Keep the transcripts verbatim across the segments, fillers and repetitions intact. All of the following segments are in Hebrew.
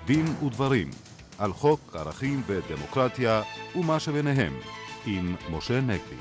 דין ודברים על חוק ערכים ודמוקרטיה ומה שביניהם עם משה נגבי.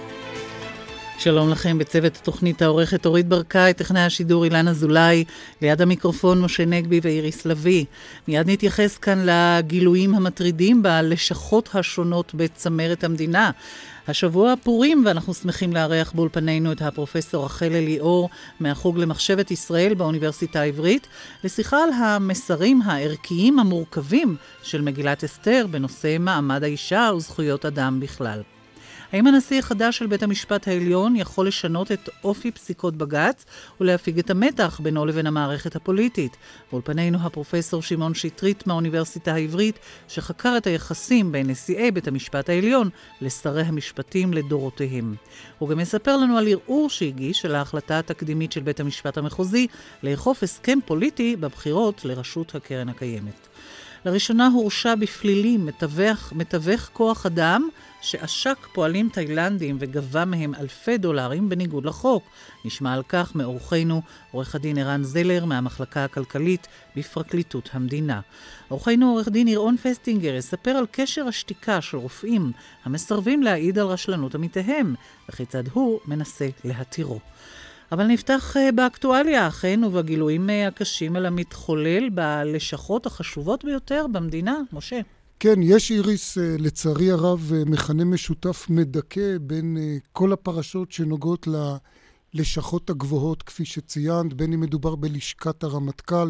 שלום לכם, בצוות התוכנית העורכת אורית ברקאי, טכנאי השידור אילן אזולאי, ליד המיקרופון משה נגבי ואיריס לוי. מיד נתייחס כאן לגילויים המטרידים בלשכות השונות בצמרת המדינה. השבוע פורים, ואנחנו שמחים לארח באולפנינו את הפרופסור רחל אליאור מהחוג למחשבת ישראל באוניברסיטה העברית, לשיחה על המסרים הערכיים המורכבים של מגילת אסתר בנושא מעמד האישה וזכויות אדם בכלל. האם הנשיא החדש של בית המשפט העליון יכול לשנות את אופי פסיקות בג"ץ ולהפיג את המתח בינו לבין המערכת הפוליטית? באולפנינו הפרופסור שמעון שטרית מהאוניברסיטה העברית, שחקר את היחסים בין נשיאי בית המשפט העליון לשרי המשפטים לדורותיהם. הוא גם מספר לנו על ערעור שהגיש על ההחלטה התקדימית של בית המשפט המחוזי לאכוף הסכם פוליטי בבחירות לראשות הקרן הקיימת. לראשונה הורשע בפלילים מתווך, מתווך כוח אדם שעשק פועלים תאילנדים וגבה מהם אלפי דולרים בניגוד לחוק. נשמע על כך מאורחנו עורך הדין ערן זלר מהמחלקה הכלכלית בפרקליטות המדינה. אורחנו עורך דין ירון פסטינגר יספר על קשר השתיקה של רופאים המסרבים להעיד על רשלנות עמיתיהם וכיצד הוא מנסה להתירו. אבל נפתח באקטואליה, אכן, ובגילויים הקשים על המתחולל בלשכות החשובות ביותר במדינה. משה. כן, יש איריס, לצערי הרב, מכנה משותף מדכא בין כל הפרשות שנוגעות ללשכות הגבוהות, כפי שציינת, בין אם מדובר בלשכת הרמטכ"ל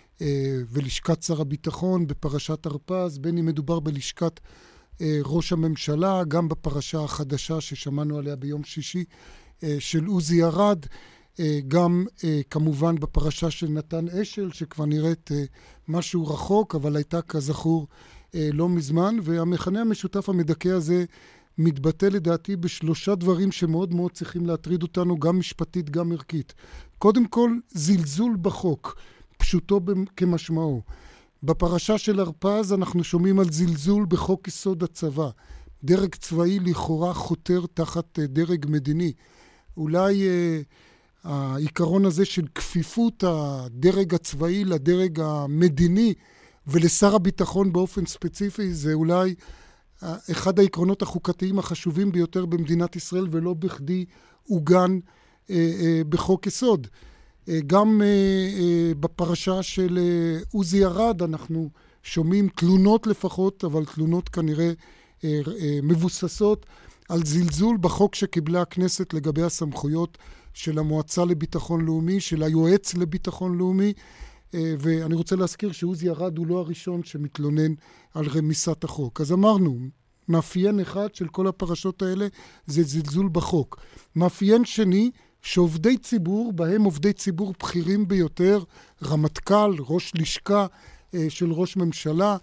ולשכת שר הביטחון, בפרשת הרפז, בין אם מדובר בלשכת ראש הממשלה, גם בפרשה החדשה ששמענו עליה ביום שישי, של עוזי ארד, גם כמובן בפרשה של נתן אשל, שכבר נראית משהו רחוק, אבל הייתה כזכור לא מזמן, והמכנה המשותף המדכא הזה מתבטא לדעתי בשלושה דברים שמאוד מאוד צריכים להטריד אותנו, גם משפטית, גם ערכית. קודם כל, זלזול בחוק, פשוטו כמשמעו. בפרשה של הרפז אנחנו שומעים על זלזול בחוק יסוד הצבא. דרג צבאי לכאורה חותר תחת דרג מדיני. אולי אה, העיקרון הזה של כפיפות הדרג הצבאי לדרג המדיני ולשר הביטחון באופן ספציפי, זה אולי אה, אחד העקרונות החוקתיים החשובים ביותר במדינת ישראל, ולא בכדי עוגן אה, אה, בחוק יסוד. אה, גם אה, אה, בפרשה של אה, עוזי ארד אנחנו שומעים תלונות לפחות, אבל תלונות כנראה אה, אה, מבוססות, על זלזול בחוק שקיבלה הכנסת לגבי הסמכויות של המועצה לביטחון לאומי, של היועץ לביטחון לאומי, ואני רוצה להזכיר שעוזי ארד הוא לא הראשון שמתלונן על רמיסת החוק. אז אמרנו, מאפיין אחד של כל הפרשות האלה זה זלזול בחוק. מאפיין שני, שעובדי ציבור, בהם עובדי ציבור בכירים ביותר, רמטכ"ל, ראש לשכה של ראש ממשלה,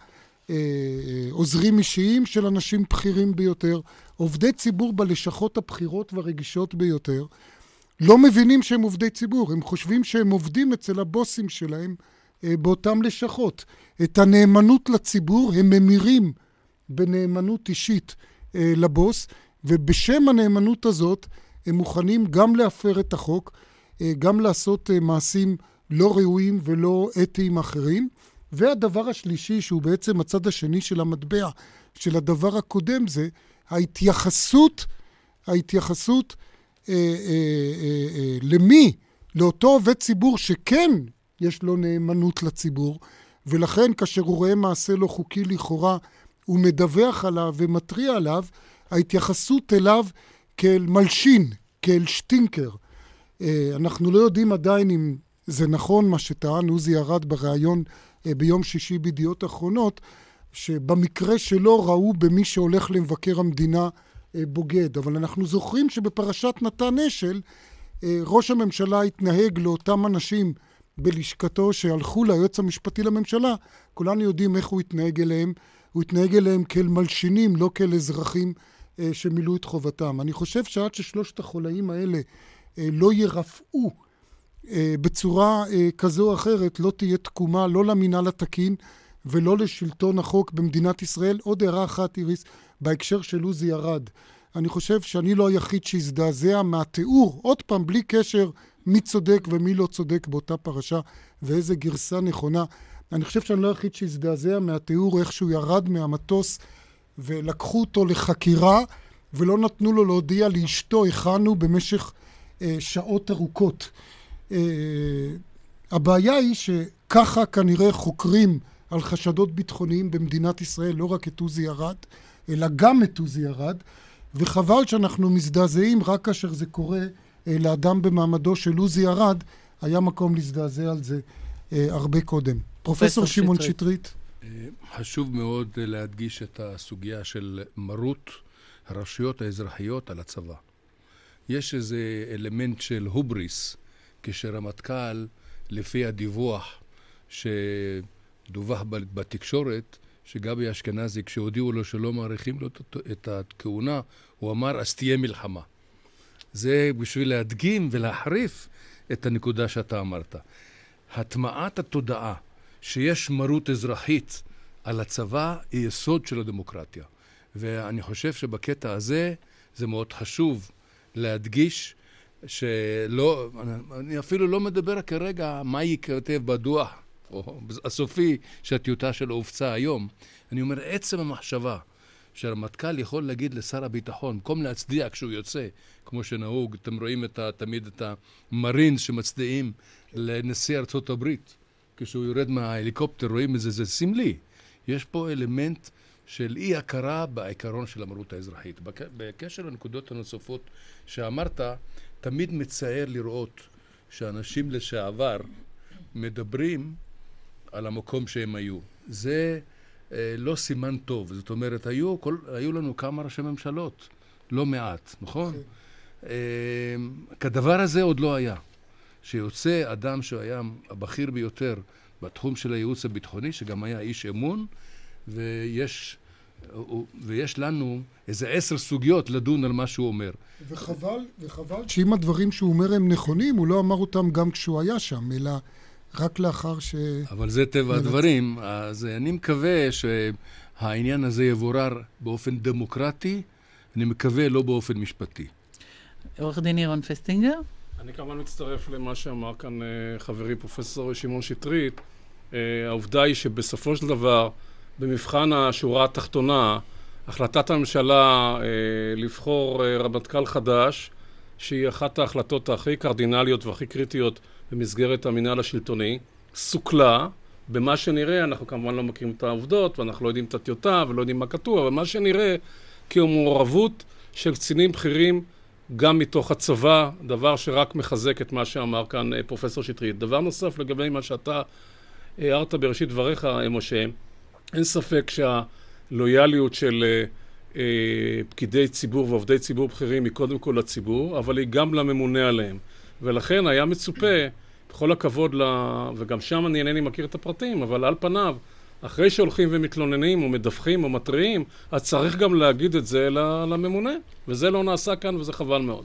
עוזרים אישיים של אנשים בכירים ביותר, עובדי ציבור בלשכות הבכירות והרגישות ביותר, לא מבינים שהם עובדי ציבור, הם חושבים שהם עובדים אצל הבוסים שלהם באותם לשכות. את הנאמנות לציבור הם ממירים בנאמנות אישית לבוס, ובשם הנאמנות הזאת הם מוכנים גם להפר את החוק, גם לעשות מעשים לא ראויים ולא אתיים אחרים. והדבר השלישי, שהוא בעצם הצד השני של המטבע של הדבר הקודם, זה ההתייחסות, ההתייחסות אה, אה, אה, אה, למי? לאותו עובד ציבור שכן יש לו נאמנות לציבור, ולכן כאשר הוא רואה מעשה לא חוקי לכאורה, הוא מדווח עליו ומטריע עליו, ההתייחסות אליו כאל מלשין, כאל שטינקר. אה, אנחנו לא יודעים עדיין אם זה נכון מה שטען עוזי ארד בריאיון ביום שישי בידיעות אחרונות, שבמקרה שלו ראו במי שהולך למבקר המדינה בוגד. אבל אנחנו זוכרים שבפרשת נתן אשל, ראש הממשלה התנהג לאותם אנשים בלשכתו שהלכו ליועץ המשפטי לממשלה, כולנו יודעים איך הוא התנהג אליהם, הוא התנהג אליהם כאל מלשינים, לא כאל אזרחים שמילאו את חובתם. אני חושב שעד ששלושת החולאים האלה לא ירפאו בצורה כזו או אחרת, לא תהיה תקומה, לא למינהל התקין ולא לשלטון החוק במדינת ישראל. עוד הערה אחת, איריס, בהקשר של עוזי ארד. אני חושב שאני לא היחיד שהזדעזע מהתיאור, עוד פעם, בלי קשר מי צודק ומי לא צודק באותה פרשה, ואיזה גרסה נכונה. אני חושב שאני לא היחיד שהזדעזע מהתיאור איך שהוא ירד מהמטוס ולקחו אותו לחקירה ולא נתנו לו להודיע לאשתו הכנו במשך אה, שעות ארוכות. אה, הבעיה היא שככה כנראה חוקרים על חשדות ביטחוניים במדינת ישראל, לא רק את עוזי ארד, אלא גם את עוזי ארד, וחבל שאנחנו מזדעזעים רק כאשר זה קורה אה, לאדם במעמדו של עוזי ארד, היה מקום להזדעזע על זה אה, הרבה קודם. פרופסור שמעון שטרית. חשוב מאוד להדגיש את הסוגיה של מרות הרשויות האזרחיות על הצבא. יש איזה אלמנט של הובריס, כשרמטכ"ל, לפי הדיווח שדווח בתקשורת, שגבי אשכנזי, כשהודיעו לו שלא מעריכים לו את הכהונה, הוא אמר, אז תהיה מלחמה. זה בשביל להדגים ולהחריף את הנקודה שאתה אמרת. הטמעת התודעה שיש מרות אזרחית על הצבא היא יסוד של הדמוקרטיה. ואני חושב שבקטע הזה זה מאוד חשוב להדגיש שלא, אני אפילו לא מדבר כרגע מה ייכתב בדוח או הסופי שהטיוטה שלו הופצה היום. אני אומר, עצם המחשבה שהרמטכ"ל יכול להגיד לשר הביטחון, במקום להצדיע כשהוא יוצא, כמו שנהוג, אתם רואים את ה, תמיד את המרינס שמצדיעים לנשיא ארצות הברית, כשהוא יורד מההליקופטר, רואים את זה, זה סמלי. יש פה אלמנט של אי הכרה בעיקרון של המרות האזרחית. בקשר לנקודות הנוספות שאמרת, תמיד מצער לראות שאנשים לשעבר מדברים על המקום שהם היו. זה אה, לא סימן טוב. זאת אומרת, היו, כל, היו לנו כמה ראשי ממשלות, לא מעט, נכון? אה, כדבר הזה עוד לא היה. שיוצא אדם שהיה הבכיר ביותר בתחום של הייעוץ הביטחוני, שגם היה איש אמון, ויש, ויש לנו איזה עשר סוגיות לדון על מה שהוא אומר. וחבל, וחבל שאם הדברים שהוא אומר הם נכונים, הוא לא אמר אותם גם כשהוא היה שם, אלא רק לאחר ש... אבל זה טבע הדברים. אז אני מקווה שהעניין הזה יבורר באופן דמוקרטי, אני מקווה לא באופן משפטי. עורך דין ירון פסטינגר? אני כמובן מצטרף למה שאמר כאן חברי פרופסור שמעון שטרית. העובדה היא שבסופו של דבר, במבחן השורה התחתונה, החלטת הממשלה לבחור רמטכ"ל חדש, שהיא אחת ההחלטות הכי קרדינליות והכי קריטיות במסגרת המינהל השלטוני, סוכלה. במה שנראה, אנחנו כמובן לא מכירים את העובדות, ואנחנו לא יודעים את הטיוטה ולא יודעים מה כתוב, אבל מה שנראה כמעורבות של קצינים בכירים גם מתוך הצבא, דבר שרק מחזק את מה שאמר כאן פרופסור שטרית. דבר נוסף לגבי מה שאתה הערת בראשית דבריך, משה, אין ספק שהלויאליות של אה, פקידי ציבור ועובדי ציבור בכירים היא קודם כל לציבור, אבל היא גם לממונה עליהם. ולכן היה מצופה, בכל הכבוד, לה, וגם שם אני אינני מכיר את הפרטים, אבל על פניו, אחרי שהולכים ומתלוננים או מדווחים או מטריעים, אז צריך גם להגיד את זה לממונה, וזה לא נעשה כאן וזה חבל מאוד.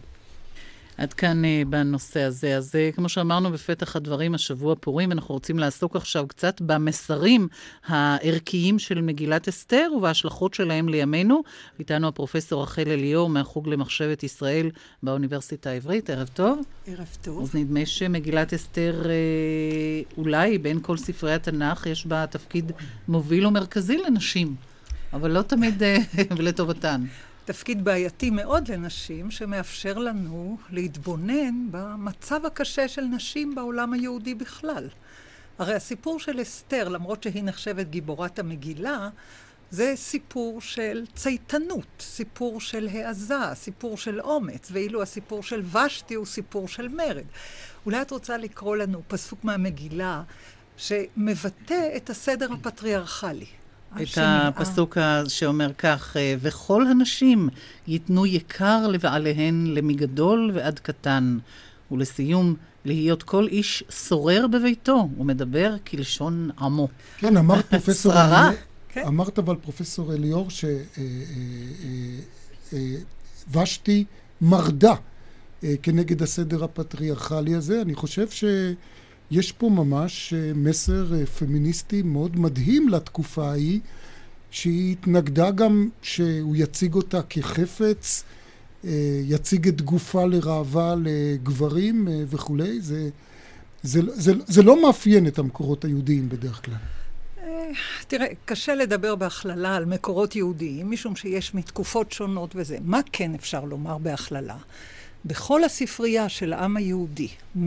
עד כאן בנושא הזה. אז כמו שאמרנו בפתח הדברים, השבוע פורים, אנחנו רוצים לעסוק עכשיו קצת במסרים הערכיים של מגילת אסתר ובהשלכות שלהם לימינו. איתנו הפרופסור רחל אליאור מהחוג למחשבת ישראל באוניברסיטה העברית. ערב טוב. ערב טוב. אז נדמה שמגילת אסתר, אולי בין כל ספרי התנ"ך, יש בה תפקיד מוביל ומרכזי לנשים, אבל לא תמיד ולטובתן. תפקיד בעייתי מאוד לנשים, שמאפשר לנו להתבונן במצב הקשה של נשים בעולם היהודי בכלל. הרי הסיפור של אסתר, למרות שהיא נחשבת גיבורת המגילה, זה סיפור של צייתנות, סיפור של העזה, סיפור של אומץ, ואילו הסיפור של ושתי הוא סיפור של מרד. אולי את רוצה לקרוא לנו פסוק מהמגילה שמבטא את הסדר הפטריארכלי. את הפסוק שאומר כך, וכל הנשים ייתנו יקר לבעליהן למגדול ועד קטן, ולסיום, להיות כל איש סורר בביתו, ומדבר כלשון עמו. כן, אמרת פרופסור אליאור, אמרת אבל פרופסור אליאור שוושתי מרדה כנגד הסדר הפטריארכלי הזה. אני חושב ש... יש פה ממש מסר פמיניסטי מאוד מדהים לתקופה ההיא, שהיא התנגדה גם שהוא יציג אותה כחפץ, יציג את גופה לראווה לגברים וכו'. זה זה, זה, זה לא מאפיין את המקורות היהודיים בדרך כלל. תראה, קשה לדבר בהכללה על מקורות יהודיים, משום שיש מתקופות שונות וזה. מה כן אפשר לומר בהכללה? בכל הספרייה של העם היהודי,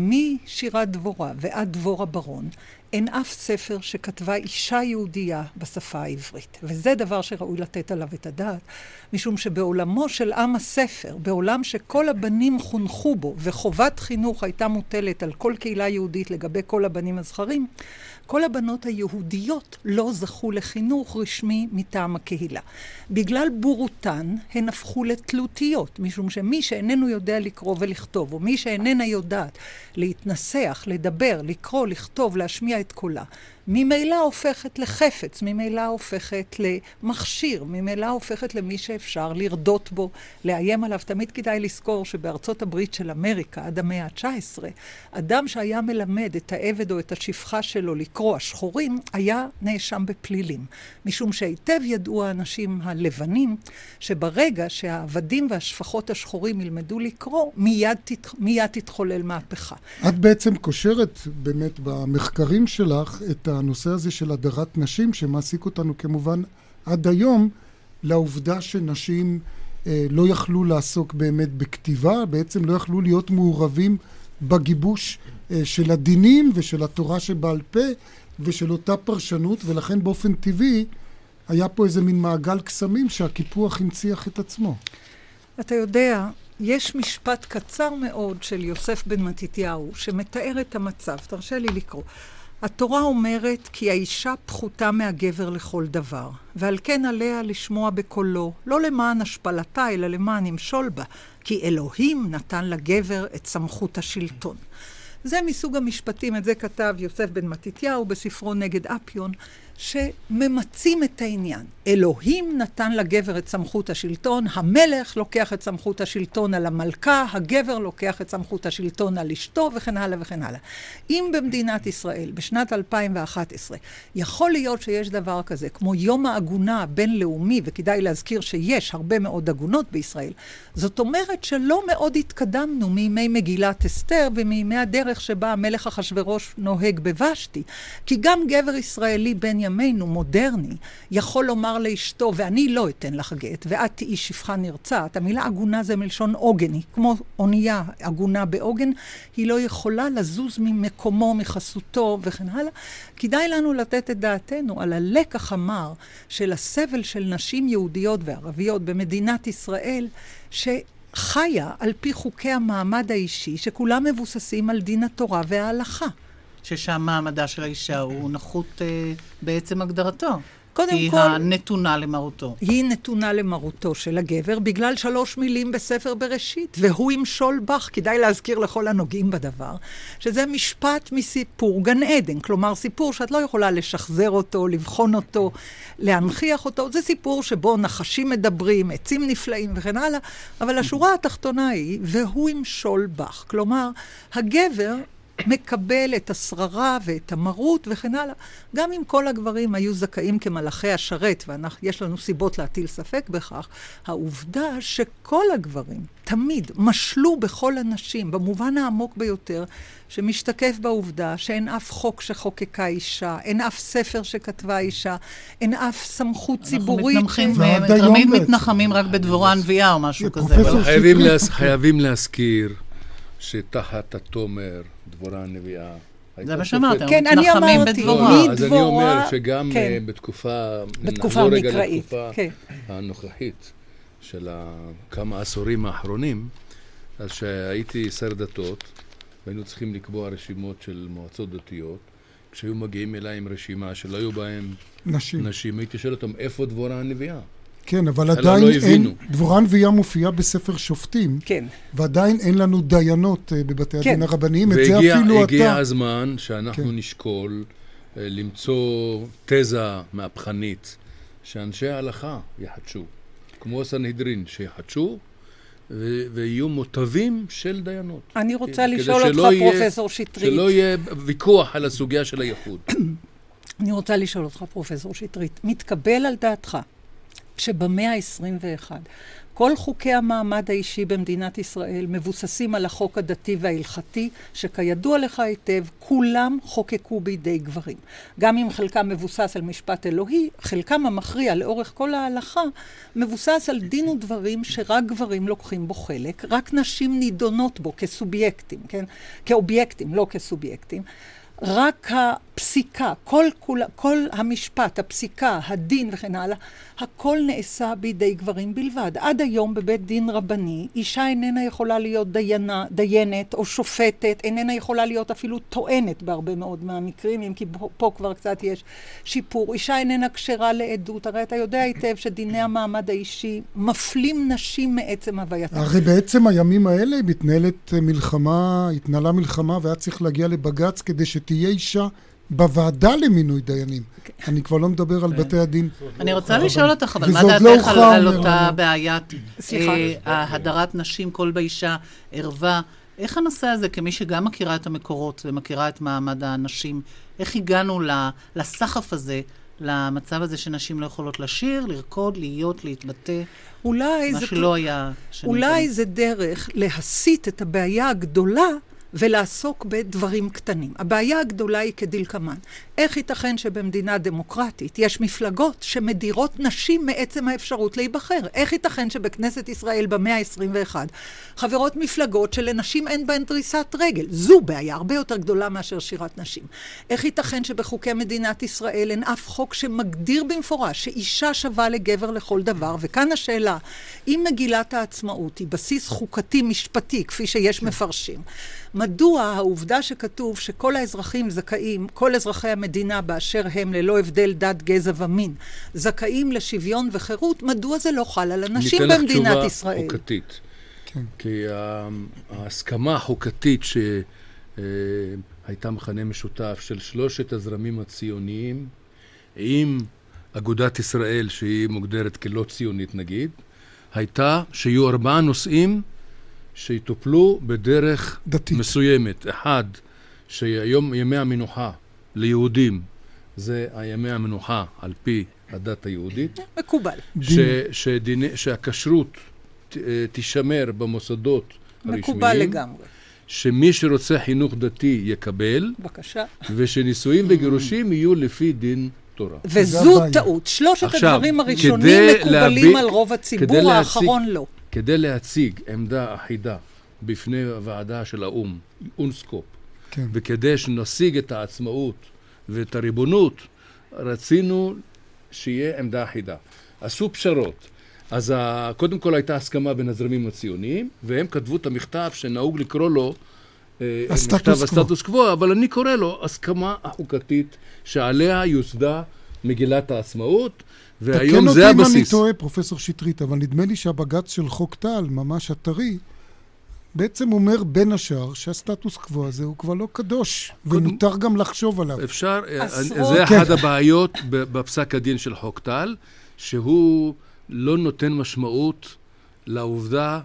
משירת דבורה ועד דבורה ברון, אין אף ספר שכתבה אישה יהודייה בשפה העברית. וזה דבר שראוי לתת עליו את הדעת, משום שבעולמו של עם הספר, בעולם שכל הבנים חונכו בו, וחובת חינוך הייתה מוטלת על כל קהילה יהודית לגבי כל הבנים הזכרים, כל הבנות היהודיות לא זכו לחינוך רשמי מטעם הקהילה. בגלל בורותן הן הפכו לתלותיות, משום שמי שאיננו יודע לקרוא ולכתוב, או מי שאיננה יודעת להתנסח, לדבר, לקרוא, לכתוב, להשמיע את קולה, ממילא הופכת לחפץ, ממילא הופכת למכשיר, ממילא הופכת למי שאפשר לרדות בו, לאיים עליו. תמיד כדאי לזכור שבארצות הברית של אמריקה, עד המאה ה-תשע עשרה, אדם שהיה מלמד את העבד או את השפחה שלו לקרוא השחורים, היה נאשם בפלילים. משום שהיטב ידעו האנשים הלבנים, שברגע שהעבדים והשפחות השחורים ילמדו לקרוא, מיד, תת... מיד תתחולל מהפכה. את בעצם קושרת באמת במחקרים שלך את הנושא הזה של הדרת נשים, שמעסיק אותנו כמובן עד היום, לעובדה שנשים אה, לא יכלו לעסוק באמת בכתיבה, בעצם לא יכלו להיות מעורבים בגיבוש אה, של הדינים ושל התורה שבעל פה ושל אותה פרשנות, ולכן באופן טבעי היה פה איזה מין מעגל קסמים שהקיפוח הנציח את עצמו. אתה יודע, יש משפט קצר מאוד של יוסף בן מתתיהו שמתאר את המצב, תרשה לי לקרוא. התורה אומרת כי האישה פחותה מהגבר לכל דבר, ועל כן עליה לשמוע בקולו, לא למען השפלתה, אלא למען ימשול בה, כי אלוהים נתן לגבר את סמכות השלטון. זה מסוג המשפטים, את זה כתב יוסף בן מתתיהו בספרו נגד אפיון, שממצים את העניין. אלוהים נתן לגבר את סמכות השלטון, המלך לוקח את סמכות השלטון על המלכה, הגבר לוקח את סמכות השלטון על אשתו, וכן הלאה וכן הלאה. אם במדינת ישראל, בשנת אלפיים ואחת עשרה, יכול להיות שיש דבר כזה, כמו יום העגונה הבינלאומי, וכדאי להזכיר שיש הרבה מאוד עגונות בישראל, זאת אומרת שלא מאוד התקדמנו מימי מגילת אסתר, ומימי הדרך שבה המלך אחשוורוש נוהג בוושתי, כי גם גבר ישראלי בן ימינו, מודרני, יכול לומר לאשתו, ואני לא אתן לך גט, ואת תהי שפחה נרצעת. המילה עגונה זה מלשון עוגני, כמו אונייה עגונה בעוגן, היא לא יכולה לזוז ממקומו, מחסותו וכן הלאה. כדאי לנו לתת את דעתנו על הלקח המר של הסבל של נשים יהודיות וערביות במדינת ישראל, שחיה על פי חוקי המעמד האישי, שכולם מבוססים על דין התורה וההלכה. ששם מעמדה של האישה הוא נחות אה, בעצם הגדרתו. קודם היא כל, הנתונה למרותו. היא נתונה למרותו של הגבר, בגלל שלוש מילים בספר בראשית, והוא ימשול בך, כדאי להזכיר לכל הנוגעים בדבר, שזה משפט מסיפור גן עדן, כלומר סיפור שאת לא יכולה לשחזר אותו, לבחון אותו, להנכיח אותו, זה סיפור שבו נחשים מדברים, עצים נפלאים וכן הלאה, אבל השורה התחתונה היא, והוא ימשול בך, כלומר, הגבר מקבל את השררה ואת המרות וכן הלאה. גם אם כל הגברים היו זכאים כמלאכי השרת, ויש לנו סיבות להטיל ספק בכך, העובדה שכל הגברים תמיד משלו בכל הנשים, במובן העמוק ביותר, שמשתקף בעובדה שאין אף חוק שחוקקה אישה, אין אף ספר שכתבה אישה, אין אף סמכות ציבורית. אנחנו מתנחמים, תמיד מתנחמים רק בדבורה הנביאה או משהו כזה. חייבים להזכיר שתחת התומר, דבורה הנביאה. זה מה שאמרת, כן, אני אמרתי, מדבורה. אז אני אומר שגם בתקופה, בתקופה המקראית, הנוכחית של כמה עשורים האחרונים, אז שהייתי שר דתות, והיינו צריכים לקבוע רשימות של מועצות דתיות, כשהיו מגיעים אליי עם רשימה שלא היו בהם נשים, נשים הייתי שואל אותם, איפה דבורה הנביאה? כן, אבל עדיין לא אין, דבורה הנביאה מופיעה בספר שופטים, כן. ועדיין אין לנו דיינות בבתי כן. הדין הרבניים, את זה והגיע, אפילו הגיע אתה. הזמן שאנחנו כן. נשקול למצוא תזה מהפכנית, שאנשי ההלכה יחדשו, כמו הסנהדרין שיחדשו, ו- ויהיו מוטבים של דיינות. אני רוצה לשאול אותך, פרופסור שטרית. שלא יהיה ויכוח על הסוגיה של הייחוד. אני רוצה לשאול אותך, פרופסור שטרית, מתקבל על דעתך שבמאה ה-עשרים ואחת כל חוקי המעמד האישי במדינת ישראל מבוססים על החוק הדתי וההלכתי, שכידוע לך היטב, כולם חוקקו בידי גברים. גם אם חלקם מבוסס על משפט אלוהי, חלקם המכריע לאורך כל ההלכה, מבוסס על דין ודברים שרק גברים לוקחים בו חלק, רק נשים נידונות בו כסובייקטים, כן? כאובייקטים, לא כסובייקטים. רק הפסיקה, כל, כל, כל המשפט, הפסיקה, הדין וכן הלאה, הכל נעשה בידי גברים בלבד. עד היום בבית דין רבני, אישה איננה יכולה להיות דיינה, דיינת או שופטת, איננה יכולה להיות אפילו טוענת בהרבה מאוד מהמקרים, אם כי פה, פה כבר קצת יש שיפור. אישה איננה כשרה לעדות. הרי אתה יודע היטב שדיני המעמד האישי מפלים נשים מעצם הווייתם. הרי בעצם הימים האלה מתנהלת מלחמה, התנהלה מלחמה, והיה צריך להגיע לבג"ץ כדי שתהיה אישה בוועדה למינוי דיינים. אני כבר לא מדבר על בתי הדין. אני רוצה לשאול אותך, אבל מה דעתך על אותה בעיית הדרת נשים, כל באישה ערווה? איך הנושא הזה, כמי שגם מכירה את המקורות ומכירה את מעמד הנשים, איך הגענו לסחף הזה, למצב הזה שנשים לא יכולות לשיר, לרקוד, להיות, להתבטא? אולי מה שלא היה... אולי זה דרך להסיט את הבעיה הגדולה ולעסוק בדברים קטנים. הבעיה הגדולה היא כדלקמן. איך ייתכן שבמדינה דמוקרטית יש מפלגות שמדירות נשים מעצם האפשרות להיבחר? איך ייתכן שבכנסת ישראל במאה ה-עשרים ואחת חברות מפלגות שלנשים אין בהן דריסת רגל? זו בעיה הרבה יותר גדולה מאשר שירת נשים. איך ייתכן שבחוקי מדינת ישראל אין אף חוק שמגדיר במפורש שאישה שווה לגבר לכל דבר? וכאן השאלה, אם מגילת העצמאות היא בסיס חוקתי משפטי, כפי שיש מפרשים, מדוע העובדה שכתוב שכל האזרחים זכאים, כל אזרחי המדינה באשר הם ללא הבדל דת, גזע ומין, זכאים לשוויון וחירות, מדוע זה לא חל על אנשים במדינת ישראל? ניתן לך תשובה חוקתית. כן. כי ההסכמה החוקתית שהייתה מכנה משותף של שלושת הזרמים הציוניים, עם אגודת ישראל שהיא מוגדרת כלא ציונית נגיד, הייתה שיהיו ארבעה נושאים שיטופלו בדרך דתית מסוימת. אחד, שהיום ימי המנוחה ליהודים, זה הימי המנוחה על פי הדת היהודית. מקובל. ש, שדיני, שהכשרות ת, תישמר במוסדות הרשמיים. מקובל לגמרי. שמי שרוצה חינוך דתי יקבל. בבקשה. ושנישואים וגירושים יהיו לפי דין תורה. וזו טעות. שלושת הדברים הראשונים מקובלים על רוב הציבור, האחרון לא. כדי להציג עמדה אחידה בפני הוועדה של האום, אונסקופ, כן. וכדי שנשיג את העצמאות ואת הריבונות, רצינו שיהיה עמדה אחידה. עשו פשרות. אז קודם כל הייתה הסכמה בין הזרמים הציוניים, והם כתבו את המכתב שנהוג לקרוא לו מכתב הסטטוס קוו, אבל אני קורא לו הסכמה החוקתית שעליה יוסדה מגילת העצמאות, והיום זה הבסיס. תקן אותי אם אני טועה, פרופסור שטרית, אבל נדמה לי שהבג"ץ של חוק טל, ממש הטרי, בעצם אומר בין השאר שהסטטוס קוו הזה הוא כבר לא קדוש, ומותר גם לחשוב עליו. אפשר, זה אחת הבעיות בפסק הדין של חוק טל, שהוא לא נותן משמעות לעובדה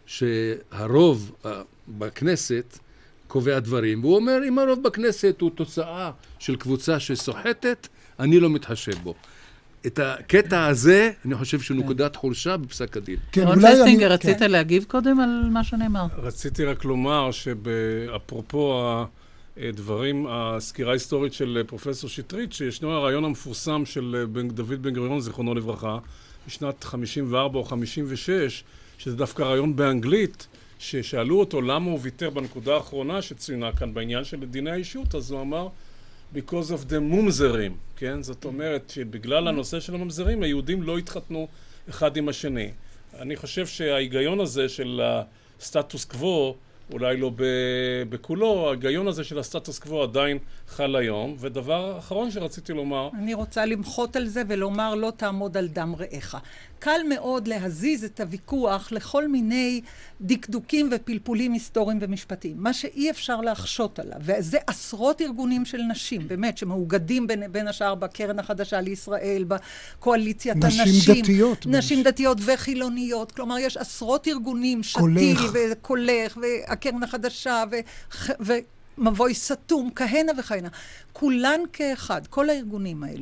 שהרוב בכנסת קובע דברים, והוא אומר, אם הרוב בכנסת הוא תוצאה של קבוצה שסוחטת, אני לא מתחשב בו. את הקטע הזה, אני חושב שנקודת חולשה בפסק הדין. רון פסטינגר, רצית להגיב קודם על מה שנאמר? רציתי רק לומר שאפרופו הדברים, הסקירה ההיסטורית של פרופסור שטרית, שישנו הרעיון המפורסם של דוד בן גוריון, זיכרונו לברכה, בשנת חמישים וארבע או חמישים ושש, שזה דווקא רעיון באנגלית, ששאלו אותו למה הוא ויתר בנקודה האחרונה שצוינה כאן בעניין של דיני האישות, אז הוא אמר, because of the ממזרים, כן? זאת אומרת שבגלל הנושא של הממזרים, היהודים לא התחתנו אחד עם השני. אני חושב שההיגיון הזה של הסטטוס קוו, אולי לא בכולו, ההיגיון הזה של הסטטוס קוו עדיין חל היום, ודבר אחרון שרציתי לומר... אני רוצה למחות על זה ולומר לא תעמוד על דם רעך. קל מאוד להזיז את הוויכוח לכל מיני דקדוקים ופלפולים היסטוריים ומשפטיים. מה שאי אפשר להחשות עליו, וזה עשרות ארגונים של נשים, באמת, שמאוגדים בין, בין השאר בקרן החדשה לישראל, בקואליציית נשים הנשים. דתיות. נשים ממש. דתיות וחילוניות. כלומר, יש עשרות ארגונים, שתיל וקולך, והקרן החדשה, ו... ו מבוי סתום, כהנה וכהנה. כולן כאחד, כל הארגונים האלה,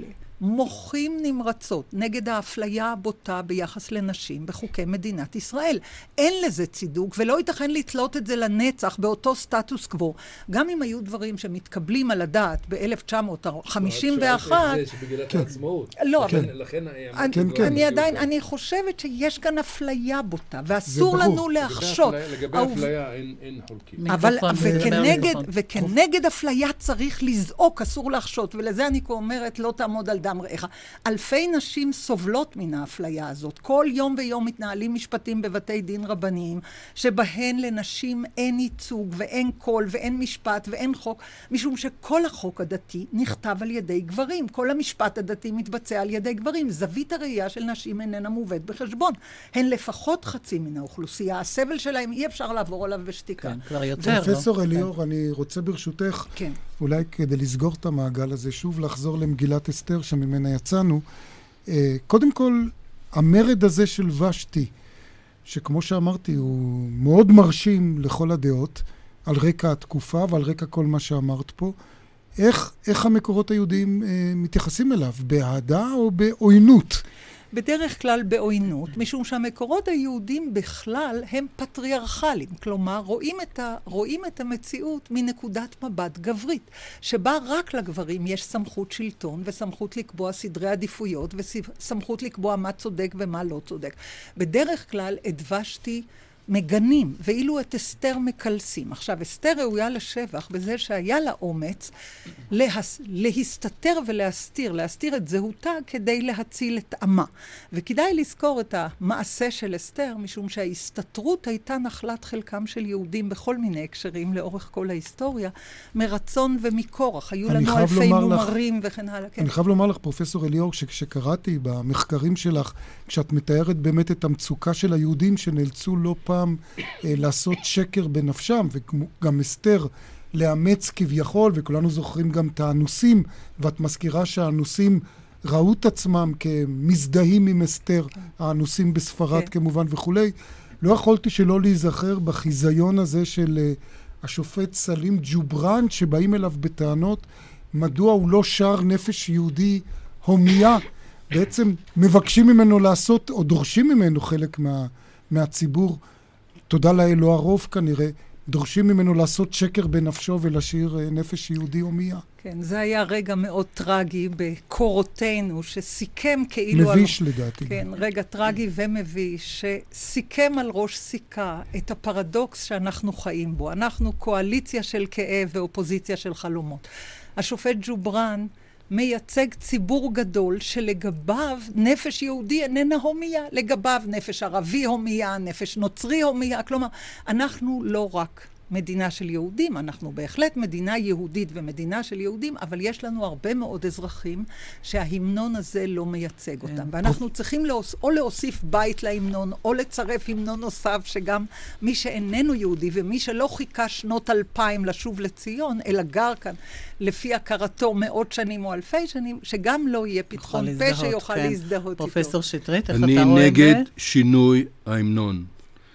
מוחים נמרצות נגד האפליה הבוטה ביחס לנשים בחוקי מדינת ישראל. אין לזה צידוק, ולא ייתכן לתלות את זה לנצח באותו סטטוס קוו. גם אם היו דברים שמתקבלים על הדעת ב-אלף תשע מאות חמישים ואחת... זה שבגילת העצמאות. לא, לכן, אבל... לכן אני, כן, כן. אני עדיין, אני חושבת שיש כאן אפליה בוטה, ואסור לנו להחשות. לגבי אפליה אין, אין חולקים. אבל, וכנגד, וכנגד אפליה צריך לזעוק, אסור לחשות, ולזה אני אומרת, לא תעמוד על דם רעך. אלפי נשים סובלות מן האפליה הזאת. כל יום ויום מתנהלים משפטים בבתי דין רבניים, שבהן לנשים אין ייצוג ואין קול ואין משפט ואין חוק, משום שכל החוק הדתי נכתב על ידי גברים. כל המשפט הדתי מתבצע על ידי גברים. זווית הראייה של נשים איננה מובאת בחשבון. הן לפחות חצי מן האוכלוסייה. הסבל שלהם אי אפשר לעבור עליו בשתיקה. כן, כבר יותר. פרופסור אליאור, אני רוצה ברשותך, כן. אולי כדי לסגור את המעגל הזה, שוב לחזור למגילת אסתר שממנה יצאנו. קודם כל, המרד הזה של ושתי, שכמו שאמרתי, הוא מאוד מרשים לכל הדעות, על רקע התקופה ועל רקע כל מה שאמרת פה. איך, איך המקורות היהודיים אה, מתייחסים אליו? באהדה או בעוינות? בדרך כלל בעוינות, משום שהמקורות היהודים בכלל הם פטריארכליים. כלומר, רואים את, ה, רואים את המציאות מנקודת מבט גברית, שבה רק לגברים יש סמכות שלטון וסמכות לקבוע סדרי עדיפויות וסמכות לקבוע מה צודק ומה לא צודק. בדרך כלל את ושתי מגנים, ואילו את אסתר מקלסים. עכשיו, אסתר ראויה לשבח בזה שהיה לה אומץ להס... להסתתר ולהסתיר, להסתיר את זהותה כדי להציל את עמה. וכדאי לזכור את המעשה של אסתר, משום שההסתתרות הייתה נחלת חלקם של יהודים בכל מיני הקשרים לאורך כל ההיסטוריה, מרצון ומכורח. היו לנו אלפי מומרים לך, וכן הלאה. כן. אני חייב לומר לך, פרופסור אליאור, שכשקראתי במחקרים שלך, כשאת מתארת באמת את המצוקה של היהודים שנאלצו לא פעם אה, לעשות שקר בנפשם, וגם אסתר לאמץ כביכול, וכולנו זוכרים גם את האנוסים, ואת מזכירה שהאנוסים ראו את עצמם כמזדהים עם אסתר, האנוסים בספרד כמובן וכולי. לא יכולתי שלא להיזכר בחיזיון הזה של uh, השופט סלים ג'וברן, שבאים אליו בטענות מדוע הוא לא שר נפש יהודי הומיה. בעצם מבקשים ממנו לעשות, או דורשים ממנו חלק מה, מהציבור, תודה לאל, לא הרוב כנראה, דורשים ממנו לעשות שקר בנפשו ולשיר נפש יהודי הומיה. כן, זה היה רגע מאוד טרגי בקורותינו, שסיכם כאילו... מביש על... לדעתי. כן, רגע טרגי ומביש, שסיכם על ראש סיכה את הפרדוקס שאנחנו חיים בו. אנחנו קואליציה של כאב ואופוזיציה של חלומות. השופט ג'וברן מייצג ציבור גדול שלגביו נפש יהודי איננה הומיה, לגביו נפש ערבי הומיה, נפש נוצרי הומיה, כלומר, אנחנו לא רק מדינה של יהודים, אנחנו בהחלט מדינה יהודית ומדינה של יהודים, אבל יש לנו הרבה מאוד אזרחים שההמנון הזה לא מייצג אותם. ואנחנו צריכים להוס... או להוסיף בית להמנון, או לצרף המנון נוסף, שגם מי שאיננו יהודי ומי שלא חיכה שנות אלפיים לשוב לציון, אלא גר כאן לפי הכרתו מאות שנים או אלפי שנים, שגם לא יהיה פתחון פה שיוכל כן. להזדהות איתו. פרופסור שטרית, איך אתה רואה? אני נגד שינוי ההמנון.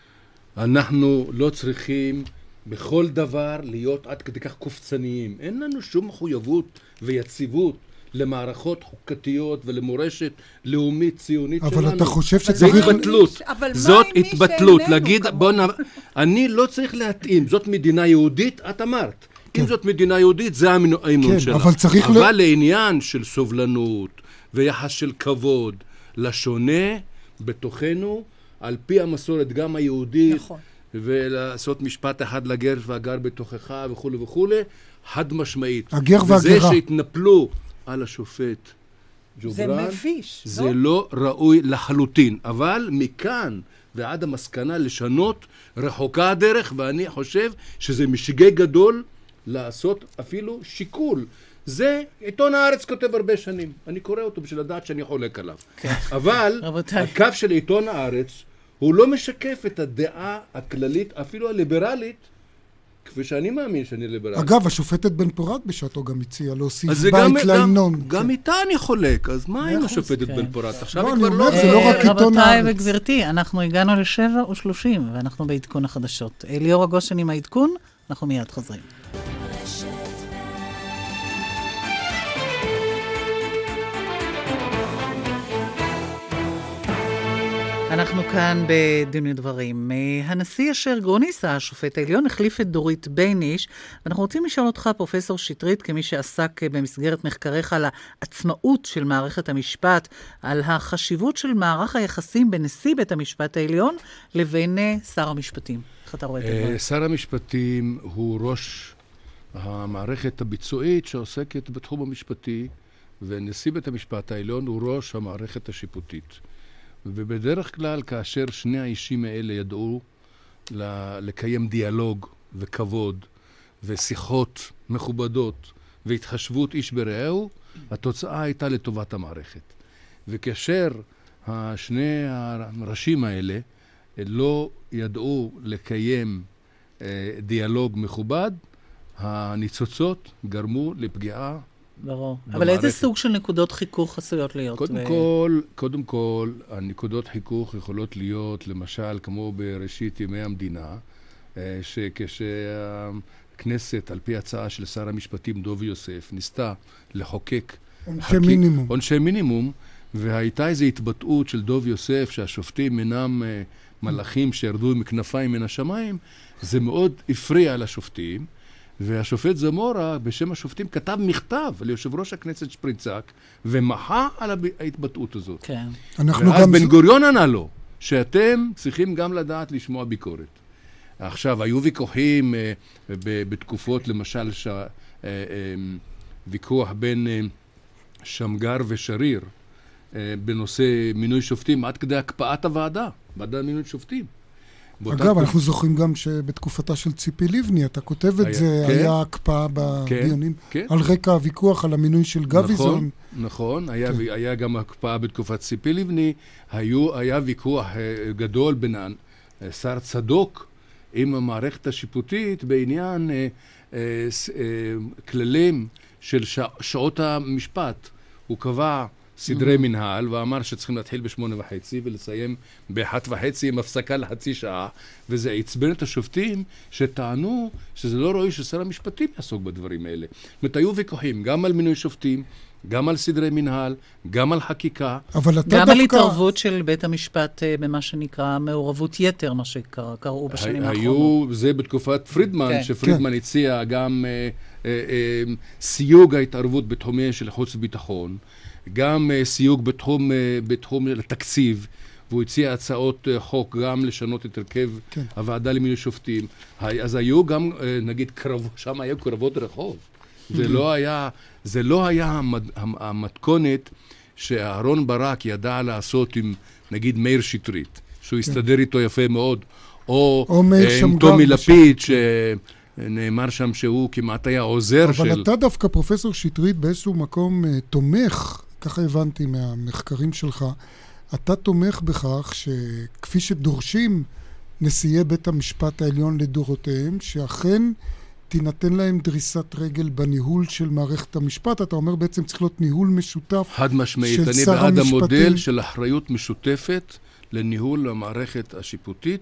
אנחנו לא צריכים בכל דבר להיות עד כדי כך קופצניים. אין לנו שום מחויבות ויציבות למערכות חוקתיות ולמורשת לאומית ציונית אבל שלנו. אבל אתה חושב שצריך... זאת התבטלות. זאת התבטלות. להגיד, בוא נ... אני לא צריך להתאים. זאת מדינה יהודית, את אמרת. כן. אם זאת מדינה יהודית, זה האמון כן, שלה. אבל צריך... אבל ל... לעניין של סובלנות ויחס של כבוד לשונה בתוכנו, על פי המסורת גם היהודית, נכון. ולעשות משפט אחד לגר והגר בתוכך וכו' וכו', חד משמעית. הגר והגרה. וזה שהתנפלו על השופט ג'וברן, זה מביש, זה לא? לא ראוי לחלוטין. אבל מכאן ועד המסקנה לשנות רחוקה הדרך, ואני חושב שזה משגע גדול לעשות אפילו שיקול. זה עיתון הארץ כותב הרבה שנים. אני קורא אותו בשביל לדעת שאני חולק עליו. כן. אבל הקו של עיתון הארץ הוא לא משקף את הדעה הכללית, אפילו הליברלית, כפי שאני מאמין שאני ליברלי. אגב, השופטת בן פורת בשעתו גם הציעה להוסיף בית להמנון. גם, גם איתה אני חולק, אז מה עם השופטת בן פורת? עכשיו היא כבר לא... זה לא רק עיתון הארץ. רבותיי וגברתי, אנחנו הגענו לשבע או שלושים, ואנחנו בעדכון החדשות. ליאור הגושן עם העדכון, אנחנו מיד חוזרים. אנחנו כאן בדין ודברים. הנשיא אשר גרוניס, השופט העליון, החליף את דורית בייניש, ואנחנו רוצים לשאול אותך, פרופסור שטרית, כמי שעסק במסגרת מחקריך על העצמאות של מערכת המשפט, על החשיבות של מערך היחסים בין נשיא בית המשפט העליון לבין שר המשפטים. איך אתה רואה את הדברים? שר המשפטים הוא ראש המערכת הביצועית שעוסקת בתחום המשפטי, ונשיא בית המשפט העליון הוא ראש המערכת השיפוטית. ובדרך כלל, כאשר שני האישים האלה ידעו לקיים דיאלוג וכבוד ושיחות מכובדות והתחשבות איש ברעהו, התוצאה הייתה לטובת המערכת. וכאשר השני הראשים האלה לא ידעו לקיים דיאלוג מכובד, הניצוצות גרמו לפגיעה. ברור. אבל איזה סוג של נקודות חיכוך עשויות להיות? קודם כל, קודם כל, הנקודות חיכוך יכולות להיות, למשל, כמו בראשית ימי המדינה, שכשהכנסת, על פי הצעה של שר המשפטים דוב יוסף, ניסתה לחוקק עונשי מינימום. עונשי מינימום, והייתה איזו התבטאות של דוב יוסף שהשופטים אינם מלאכים שירדו עם כנפיים מן השמיים, זה מאוד הפריע לשופטים. והשופט זמורה, בשם השופטים, כתב מכתב ליושב ראש הכנסת שפרינצק, ומחה על ההתבטאות הזאת. כן. ואז בן גוריון ענה לו, שאתם צריכים גם לדעת לשמוע ביקורת. עכשיו, היו ויכוחים אה, ב- בתקופות, למשל, ש- אה, אה, ויכוח בין אה, שמגר ושריר, אה, בנושא מינוי שופטים, עד כדי הקפאת הוועדה, ועדה מינוי שופטים. אגב, אנחנו זוכרים גם שבתקופתה של ציפי לבני, אתה כותב את זה, היה הקפאה בדיונים, על רקע הוויכוח על המינוי של גביזון. נכון, היה גם הקפאה בתקופת ציפי לבני, היה ויכוח גדול בין שר צדוק עם המערכת השיפוטית בעניין כללים של שעות המשפט. הוא קבע סדרי מנהל, ואמר שצריכים להתחיל בשמונה וחצי ולסיים באחת וחצי עם הפסקה לחצי שעה, וזה עצבן את השופטים שטענו שזה לא ראוי ששר המשפטים יעסוק בדברים האלה. זאת אומרת, היו ויכוחים גם על מינוי שופטים, גם על סדרי מנהל, גם על חקיקה. גם דווקא... על התערבות של בית המשפט במה שנקרא מעורבות יתר, מה שקראו בשנים האחרונות. היו, זה בתקופת פרידמן, כן. שפרידמן כן. הציע גם אה, אה, אה, סיוג ההתערבות בתחומי של חוץ וביטחון, גם uh, סיוג בתחום, uh, בתחום התקציב, והוא הציע הצעות uh, חוק גם לשנות את הרכב כן. הוועדה למינוי שופטים. אז היו גם, uh, נגיד, קרב, שם היו קרבות רחוב. זה לא היה, זה לא היה המד, המתכונת שאהרון ברק ידע לעשות עם, נגיד, מאיר שטרית, שהוא כן. הסתדר איתו יפה מאוד, או, או uh, עם תומי לפיד, ש... נאמר שם שהוא כמעט היה עוזר אבל של... אבל אתה דווקא, פרופסור שטרית, באיזשהו מקום uh, תומך, ככה הבנתי מהמחקרים שלך, אתה תומך בכך שכפי שדורשים נשיאי בית המשפט העליון לדורותיהם, שאכן תינתן להם דריסת רגל בניהול של מערכת המשפט. אתה אומר בעצם צריך להיות ניהול משותף חד משמעית, אני בעד המודל של אחריות משותפת לניהול המערכת השיפוטית,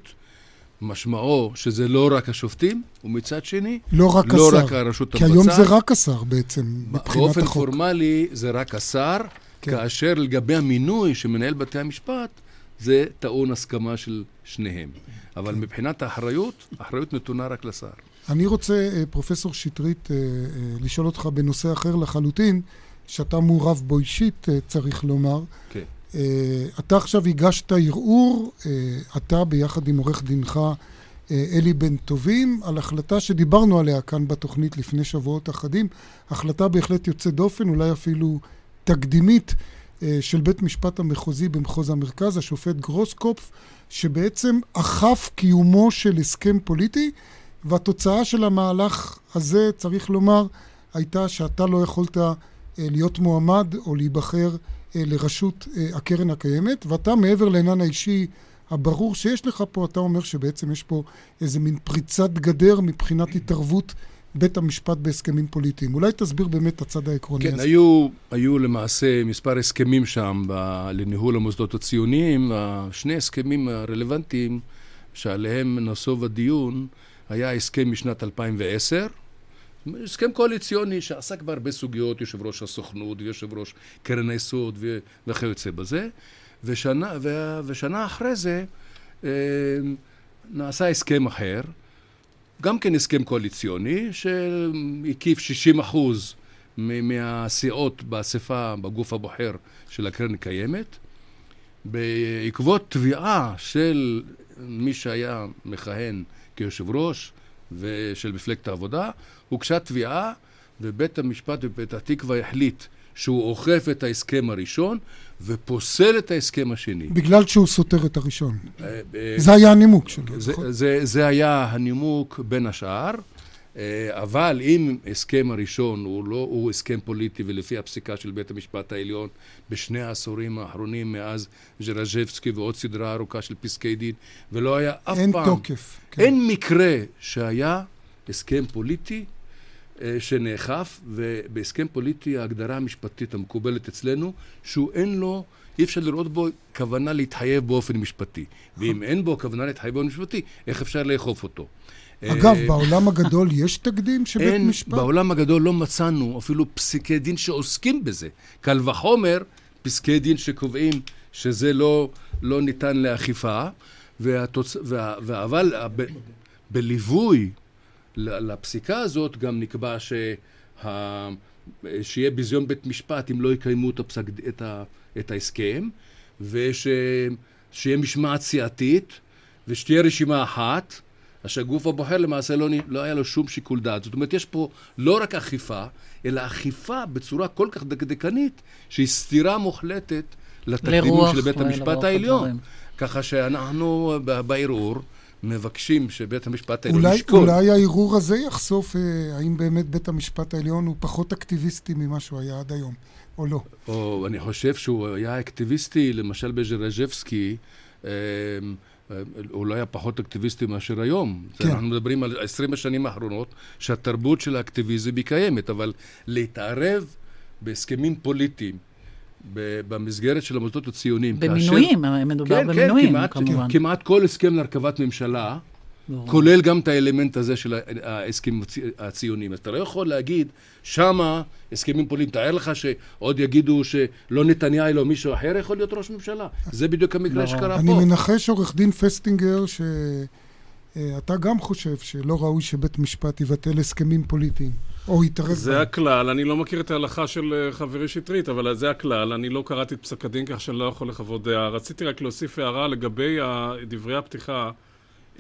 משמעו שזה לא רק השופטים, ומצד שני, לא רק, לא השר, רק הרשות כי המבצעת. היום זה רק השר בעצם, מבחינת החוק. באופן פורמלי זה רק השר, כן. כאשר לגבי המינוי שמנהל בתי המשפט, זה טעון הסכמה של שניהם. אבל כן. מבחינת האחריות, האחריות נתונה רק לשר. אני רוצה, פרופסור שטרית, לשאול אותך בנושא אחר לחלוטין, שאתה מעורב בו אישית, צריך לומר. כן. Uh, אתה עכשיו הגשת ערעור, uh, אתה ביחד עם עורך דינך uh, אלי בן טובים, על החלטה שדיברנו עליה כאן בתוכנית לפני שבועות אחדים, החלטה בהחלט יוצאת דופן, אולי אפילו תקדימית, uh, של בית משפט המחוזי במחוז המרכז, השופט גרוסקופף, שבעצם אכף קיומו של הסכם פוליטי, והתוצאה של המהלך הזה, צריך לומר, הייתה שאתה לא יכולת uh, להיות מועמד או להיבחר לרשות הקרן הקיימת, ואתה מעבר לעניין האישי הברור שיש לך פה, אתה אומר שבעצם יש פה איזה מין פריצת גדר מבחינת התערבות בית המשפט בהסכמים פוליטיים. אולי תסביר באמת את הצד העקרוני כן, הזה. היו, היו למעשה מספר הסכמים שם ב- לניהול המוסדות הציוניים, שני הסכמים הרלוונטיים שעליהם נסוב הדיון, היה הסכם משנת אלפיים ועשר, הסכם קואליציוני שעסק בהרבה סוגיות, יושב ראש הסוכנות ויושב ראש קרן היסוד וכיוצא בזה, ושנה, ו, ושנה אחרי זה נעשה הסכם אחר, גם כן הסכם קואליציוני, שהקיף שישים אחוז מהסיעות באספה, בגוף הבוחר של הקרן הקיימת, בעקבות תביעה של מי שהיה מכהן כיושב ראש ושל מפלגת העבודה, הוגשה תביעה, ובית המשפט בפתח תקווה החליט שהוא אוכף את ההסכם הראשון ופוסל את ההסכם השני. בגלל שהוא סותר את הראשון. זה היה הנימוק שלו, נכון? זה היה הנימוק בין השאר, אבל אם הסכם הראשון הוא לא, הוא הסכם פוליטי, ולפי הפסיקה של בית המשפט העליון בשני העשורים האחרונים מאז ז'רז'בסקי ועוד סדרה ארוכה של פסקי דין, ולא היה אף אין פעם, תוקף, כן. אין מקרה שהיה הסכם פוליטי שנאכף, ובהסכם פוליטי ההגדרה המשפטית המקובלת אצלנו, שהוא אין לו, אי אפשר לראות בו כוונה להתחייב באופן משפטי. ואם אין בו כוונה להתחייב באופן משפטי, איך אפשר לאכוף אותו? אגב, בעולם הגדול יש תקדים שבית אין, משפט? בעולם הגדול לא מצאנו אפילו פסקי דין שעוסקים בזה. קל וחומר, פסקי דין שקובעים שזה לא, לא ניתן לאכיפה, והתוצ... וה... אבל ב... בליווי לפסיקה הזאת גם נקבע שה... שיהיה ביזיון בית משפט אם לא יקיימו את, הפסק... את, ה... את ההסכם, ושיהיה משמעת סיעתית, ושתהיה רשימה אחת, שהגוף הבוחר למעשה לא, לא היה לו שום שיקול דעת. זאת אומרת, יש פה לא רק אכיפה, אלא אכיפה בצורה כל כך דקדקנית, שהיא סתירה מוחלטת לתקדימים של בית המשפט העליון. ככה שאנחנו בערעור מבקשים שבית המשפט העליון אולי, ישקול. אולי הערעור הזה יחשוף אה, האם באמת בית המשפט העליון הוא פחות אקטיביסטי ממה שהוא היה עד היום, או לא. או, אני חושב שהוא היה אקטיביסטי, למשל בז'רז'בסקי, אה, הוא לא היה פחות אקטיביסטי מאשר היום. כן. אנחנו מדברים על עשרים השנים האחרונות, שהתרבות של האקטיביזם היא קיימת, אבל להתערב בהסכמים פוליטיים, במסגרת של המוסדות הציוניים. במינויים, כאשר... מדובר כן, במינויים, כן, כמעט, כמובן. כמעט כל הסכם להרכבת ממשלה, כולל גם את האלמנט הזה של ההסכמים הציוניים. אז אתה לא יכול להגיד, שמה הסכמים פוליטיים, תאר לך שעוד יגידו שלא נתניהו אלא מישהו אחר יכול להיות ראש ממשלה. זה בדיוק המקרה שקרה פה. אני מנחש עורך דין פסטינגר שאתה גם חושב שלא ראוי שבית משפט יבטל הסכמים פוליטיים, או יתערב. זה הכלל, אני לא מכיר את ההלכה של חברי שטרית, אבל זה הכלל, אני לא קראתי את פסק הדין כך שאני לא יכול לחוות דעה. רציתי רק להוסיף הערה לגבי דברי הפתיחה. Uh,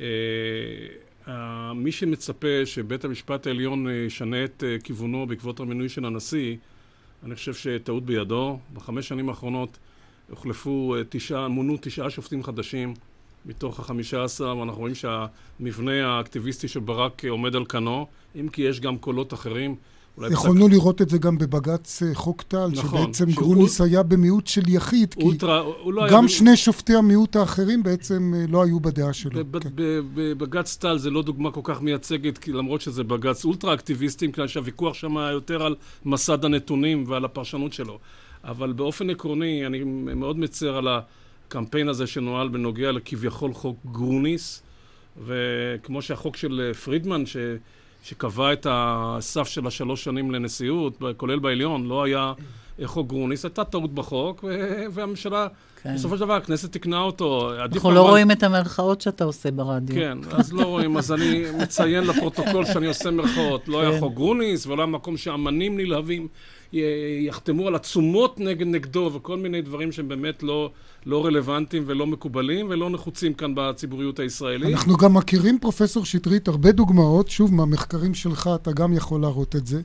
uh, מי שמצפה שבית המשפט העליון ישנה את uh, כיוונו בעקבות המינוי של הנשיא, אני חושב שטעות בידו. בחמש שנים האחרונות הוחלפו uh, תשעה, מונו תשעה שופטים חדשים מתוך החמישה עשר, ואנחנו רואים שהמבנה האקטיביסטי של ברק עומד על כנו, אם כי יש גם קולות אחרים. יכולנו לראות את זה גם בבג"ץ חוק טל, שבעצם גרוניס היה במיעוט של יחיד, כי גם שני שופטי המיעוט האחרים בעצם לא היו בדעה שלו. בבג"ץ טל זה לא דוגמה כל כך מייצגת, למרות שזה בג"ץ אולטרה אקטיביסטים, כלל שהוויכוח שם היה יותר על מסד הנתונים ועל הפרשנות שלו. אבל באופן עקרוני, אני מאוד מצר על הקמפיין הזה שנועל בנוגע לכביכול חוק גרוניס, וכמו שהחוק של פרידמן, ש... שקבע את הסף של השלוש שנים לנשיאות, כולל בעליון, לא היה חוק גרוניס, הייתה טעות בחוק, והממשלה, כן. בסופו של דבר, הכנסת תקנה אותו. אנחנו לא רואים את המרכאות שאתה עושה ברדיו. כן, אז לא רואים, אז אני מציין לפרוטוקול שאני עושה מרכאות. לא היה חוק גרוניס, ולא היה מקום שאמנים נלהבים יחתמו על עצומות נגד נגדו, וכל מיני דברים שהם באמת לא, לא רלוונטיים ולא מקובלים, ולא נחוצים כאן בציבוריות הישראלית. אנחנו גם מכירים, פרופסור שטרית, הרבה דוגמאות, שוב, מהמחקרים שלך, אתה גם יכול להראות את זה,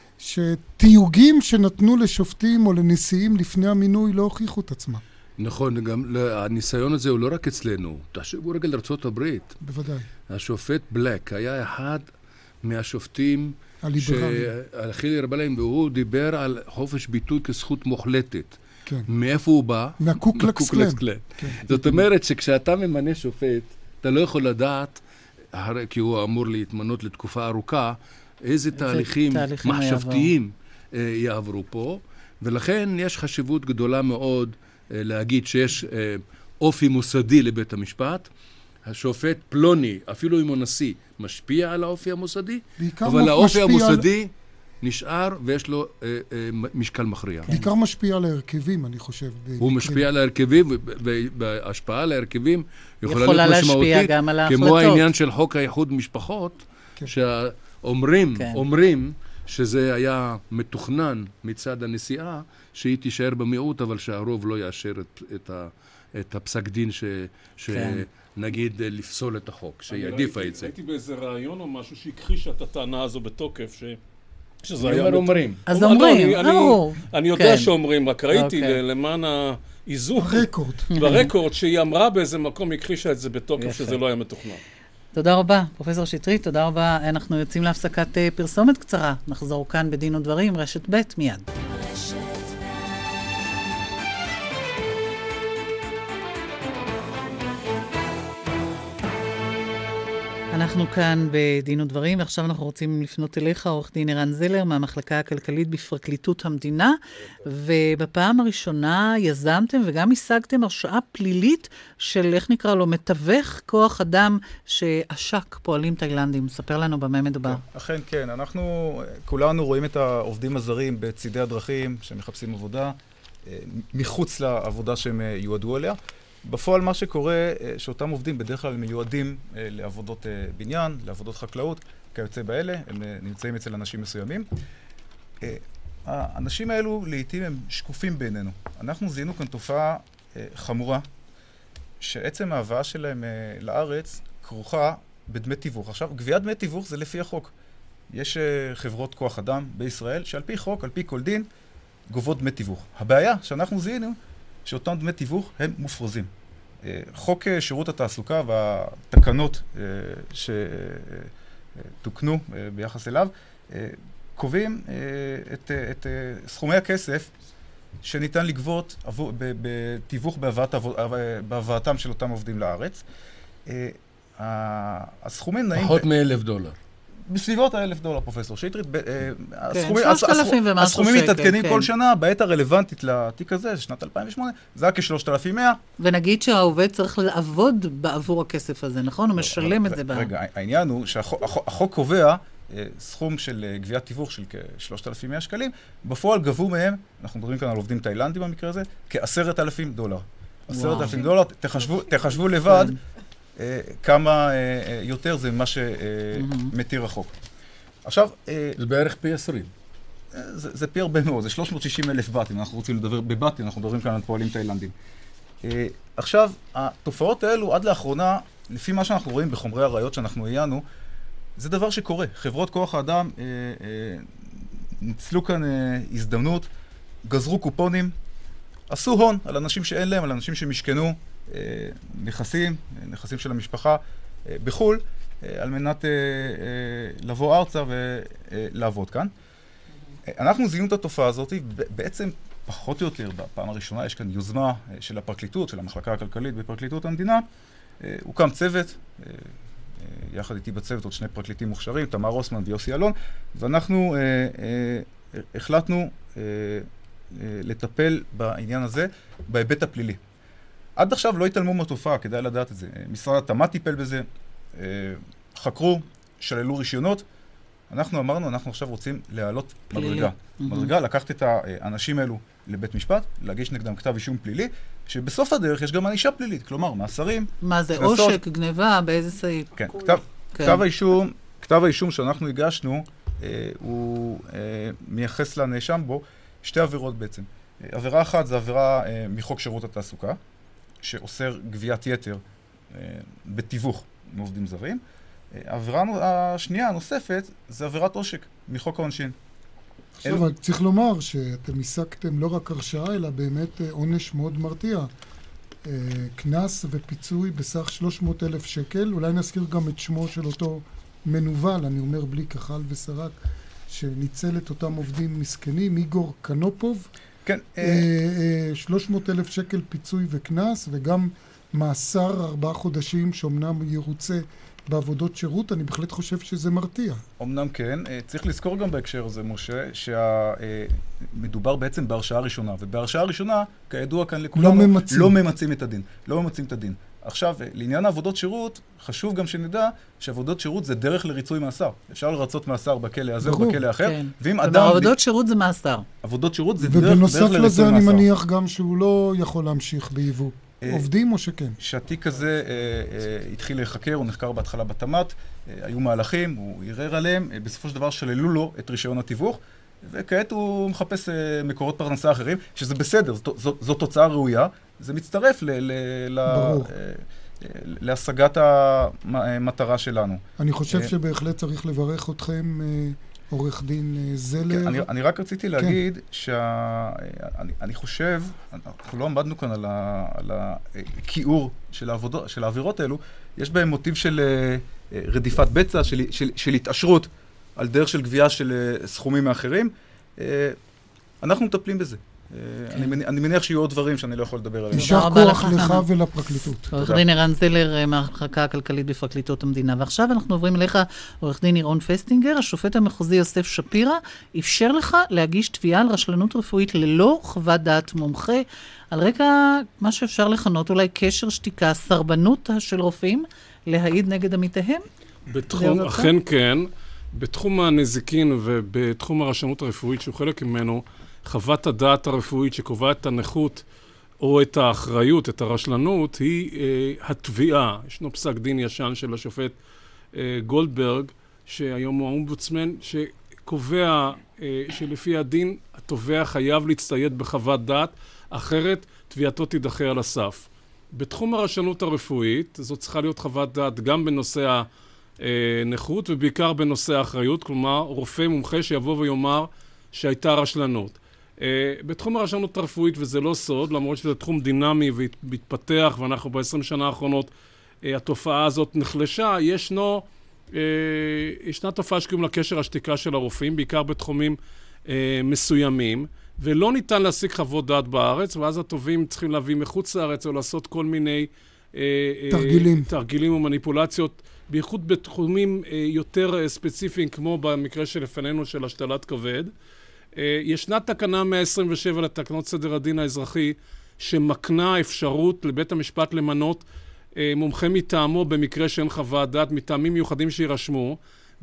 שתיוגים שנתנו לשופטים או לנשיאים לפני המינוי לא הוכיחו את עצמם. נכון, גם הניסיון הזה הוא לא רק אצלנו, תחשבו רגע לארצות הברית. בוודאי. השופט בלק היה אחד מהשופטים הליברליים. הכי ליברליים, והוא דיבר על חופש ביטוי כזכות מוחלטת. כן. מאיפה הוא בא? מהקוקלקס קלאן. כן. זאת אומרת שכשאתה ממנה שופט, אתה לא יכול לדעת, כי הוא אמור להתמנות לתקופה ארוכה, איזה תהליכים מחשבתיים יעברו פה, ולכן יש חשיבות גדולה מאוד להגיד שיש אופי מוסדי לבית המשפט. השופט פלוני, אפילו אם הוא נשיא, משפיע על האופי המוסדי, אבל האופי המוסדי נשאר ויש לו אה, אה, משקל מכריע. בעיקר משפיע על ההרכבים, אני חושב. הוא משפיע על ההרכבים, וההשפעה על ההרכבים יכולה יכולה להיות להשפיע משמעותית, גם על ההחלטות. כמו העניין של חוק האיחוד משפחות, כן. שאומרים, כן. אומרים שזה היה מתוכנן מצד הנשיאה, שהיא תישאר במיעוט, אבל שהרוב לא יאשר את, את, ה, את הפסק דין ש, כן. שנגיד לפסול את החוק, שיעדיפה את זה. הייתי באיזה רעיון או משהו שהכחיש את הטענה הזו בתוקף, ש... שזה אני אומר אומרים. אז אומרים, אני- אני- אמרו. אני יודע כן. שאומרים, רק ראיתי אוקיי. ל- למען האיזון רקורד. ברקורד שהיא אמרה באיזה מקום, היא הכחישה את זה בתוקף, יפה. שזה לא היה מתוכנן. תודה רבה, פרופסור שטרית, תודה רבה. אנחנו יוצאים להפסקת אה, פרסומת קצרה. נחזור כאן בדין ודברים, רשת ב' מיד. אנחנו כאן בדין ודברים, ועכשיו אנחנו רוצים לפנות אליך, עורך דין ערן זלר, מהמחלקה הכלכלית בפרקליטות המדינה, ובפעם הראשונה יזמתם וגם השגתם הרשעה פלילית של, איך נקרא לו, מתווך כוח אדם שעשק פועלים תאילנדים. ספר לנו במה מדובר. אכן כן, אנחנו כולנו רואים את העובדים הזרים בצידי הדרכים שמחפשים עבודה, מחוץ לעבודה שהם יועדו אליה. בפועל מה שקורה, שאותם עובדים בדרך כלל מיועדים לעבודות בניין, לעבודות חקלאות, כיוצא באלה, הם נמצאים אצל אנשים מסוימים. האנשים האלו לעתים הם שקופים בעינינו. אנחנו זיהינו כאן תופעה חמורה, שעצם ההבאה שלהם לארץ כרוכה בדמי תיווך. עכשיו, גביית דמי תיווך זה לפי החוק. יש חברות כוח אדם בישראל שעל פי חוק, על פי כל דין, גובות דמי תיווך. הבעיה שאנחנו זיהינו, שאותם דמי תיווך הם מופרזים. חוק שירות התעסוקה והתקנות שתוקנו ביחס אליו, קובעים את, את סכומי הכסף שניתן לגבות בתיווך בהבאתם של אותם עובדים לארץ. הסכומים נעים... פחות מאלף דולר. בסביבות האלף דולר, פרופסור שטרית. הסכומים מתעדכנים כל שנה, בעת הרלוונטית לתיק הזה, שנת אלפיים ושמונה, זה היה כ-שלושת אלפים ומאה. ונגיד שהעובד צריך לעבוד בעבור הכסף הזה, נכון? הוא משלם את זה. רגע, העניין הוא שהחוק קובע סכום של גביית תיווך של כ-שלושת אלפים ומאה שקלים, בפועל גבו מהם, אנחנו מדברים כאן על עובדים תאילנדים במקרה הזה, כ-עשרת אלפים דולר. עשרת אלפים דולר, תחשבו לבד, כמה יותר זה מה שמתיר החוק. עכשיו... זה בערך פי עשרים. זה פי הרבה מאוד, זה שלוש מאות ושישים אלף בתים, אנחנו רוצים לדבר בבתים, אנחנו מדברים כאן על פועלים תאילנדים. עכשיו, התופעות האלו עד לאחרונה, לפי מה שאנחנו רואים בחומרי הראיות שאנחנו עיינו, זה דבר שקורה. חברות כוח האדם ניצלו כאן הזדמנות, גזרו קופונים, עשו הון על אנשים שאין להם, על אנשים שמשכנו, נכסים, נכסים של המשפחה בחול, על מנת לבוא ארצה ולעבוד כאן. אנחנו זיהינו את התופעה הזאת, בעצם פחות או יותר, בפעם הראשונה יש כאן יוזמה של הפרקליטות, של המחלקה הכלכלית בפרקליטות המדינה. הוקם צוות, יחד איתי בצוות עוד שני פרקליטים מוכשרים, תמר רוסמן ויוסי אלון, ואנחנו החלטנו לטפל בעניין הזה בהיבט הפלילי. עד עכשיו לא התעלמו מהתופעה, כדאי לדעת את זה. משרד התמ"ת טיפל בזה, חקרו, שללו רישיונות. אנחנו אמרנו, אנחנו עכשיו רוצים להעלות מדרגה. מדרגה, לקחת את האנשים האלו לבית משפט, להגיש נגדם כתב אישום פלילי, שבסוף הדרך יש גם ענישה פלילית, כלומר, מאסרים. מה זה, עושק, גניבה, באיזה סעיף? כן, כתב האישום, כתב האישום שאנחנו הגשנו, הוא מייחס לנאשם בו שתי עבירות בעצם. עבירה אחת זה עבירה מחוק שירות התעסוקה, שאוסר גביית יתר בתיווך מעובדים זרים. העבירה השנייה, הנוספת, זה עבירת עושק מחוק העונשין. עכשיו, צריך לומר שאתם השגתם לא רק הרשעה, אלא באמת עונש מאוד מרתיע. כנס ופיצוי בסך שלוש מאות אלף שקל. אולי נזכיר גם את שמו של אותו מנוול, אני אומר בלי כחל וסרק, שניצל את אותם עובדים מסכנים, איגור קנופוב. כן. שלוש מאות אלף שקל פיצוי וכנס, וגם מאסר ארבעה חודשים שאומנם ירוצה בעבודות שירות, אני בהחלט חושב שזה מרתיע. אמנם כן, צריך לזכור גם בהקשר הזה, משה, שמדובר בעצם בהרשעה ראשונה, ובהרשעה ראשונה, כידוע כאן לכולנו, לא ממצים. לא ממצים את הדין. לא ממצים את הדין. עכשיו, לעניין העבודות שירות, חשוב גם שנדע שעבודות שירות זה דרך לריצוי מאסר. אפשר לרצות מאסר בכלא הזה או בכלא אחר, כן. ואם אדם... עבודות שירות זה מאסר. עבודות שירות זה דרך, דרך לריצוי מאסר. ובנוסף לזה אני מניח גם שהוא לא יכול להמשיך ביבוא. עובדים או שכן? שהתיק הזה אה, אה, התחיל להיחקר, הוא נחקר בהתחלה בתמ"ת, אה, היו מהלכים, הוא ערער עליהם, אה, בסופו של דבר שללו לו את רישיון התיווך, וכעת הוא מחפש אה, מקורות פרנסה אחרים, שזה בסדר, זו, זו, זו תוצאה ראויה, זה מצטרף ל, ל, ל, אה, להשגת המטרה שלנו. אני חושב אה, שבהחלט צריך לברך אתכם, אה, עורך דין זלר. כן, אני, אני רק רציתי להגיד כן. שאני אני חושב, אנחנו לא עמדנו כאן על, ה, על הכיעור של, העבודות, של העבירות האלו, יש בהם מוטיב של uh, רדיפת בצע, של, של, של התעשרות על דרך של גבייה של uh, סכומים מאחרים. Uh, אנחנו מטפלים בזה. אני, מניח, אני מניח שיהיו עוד דברים שאני לא יכול לדבר עליהם. יישר כוח לך ולפרקליטות. עורך דין ערן זלר מהמחלקה הכלכלית בפרקליטות המדינה. ועכשיו אנחנו עוברים אליך, עורך דין ירון פסטינגר. השופט המחוזי יוסף שפירא אפשר לך להגיש תביעה על רשלנות רפואית ללא חוות דעת מומחה, על רקע מה שאפשר לכנות אולי קשר שתיקה, סרבנות של רופאים להעיד נגד עמיתיהם? בתחום, אכן כן. בתחום הנזיקין ובתחום הרשלנות הרפואית שהוא חלק ממנו, חוות הדעת הרפואית שקובעת את הנכות או את האחריות, את הרשלנות, היא אה, התביעה. ישנו פסק דין ישן של השופט אה, גולדברג, שהיום הוא האומבודסמן, שקובע אה, שלפי הדין התובע חייב להצטייד בחוות דעת, אחרת תביעתו תידחה על הסף. בתחום הרשלנות הרפואית, זאת צריכה להיות חוות דעת גם בנושא הנכות ובעיקר בנושא האחריות, כלומר רופא מומחה שיבוא ויאמר שהייתה רשלנות. Uh, בתחום הרשלנות הרפואית, וזה לא סוד, למרות שזה תחום דינמי והתפתח, ואנחנו ב-עשרים שנה האחרונות, uh, התופעה הזאת נחלשה, ישנו, uh, ישנה תופעה שקוראים לה קשר השתיקה של הרופאים, בעיקר בתחומים uh, מסוימים, ולא ניתן להשיג חוות דעת בארץ, ואז התובעים צריכים להביא מחוץ לארץ, או לעשות כל מיני uh, תרגילים. Uh, תרגילים ומניפולציות, בייחוד בתחומים uh, יותר uh, ספציפיים, כמו במקרה שלפנינו של השתלת כבד. ישנה תקנה מאה עשרים ושבע לתקנות סדר הדין האזרחי שמקנה אפשרות לבית המשפט למנות מומחה מטעמו במקרה שאין חוות דעת, מטעמים מיוחדים שירשמו.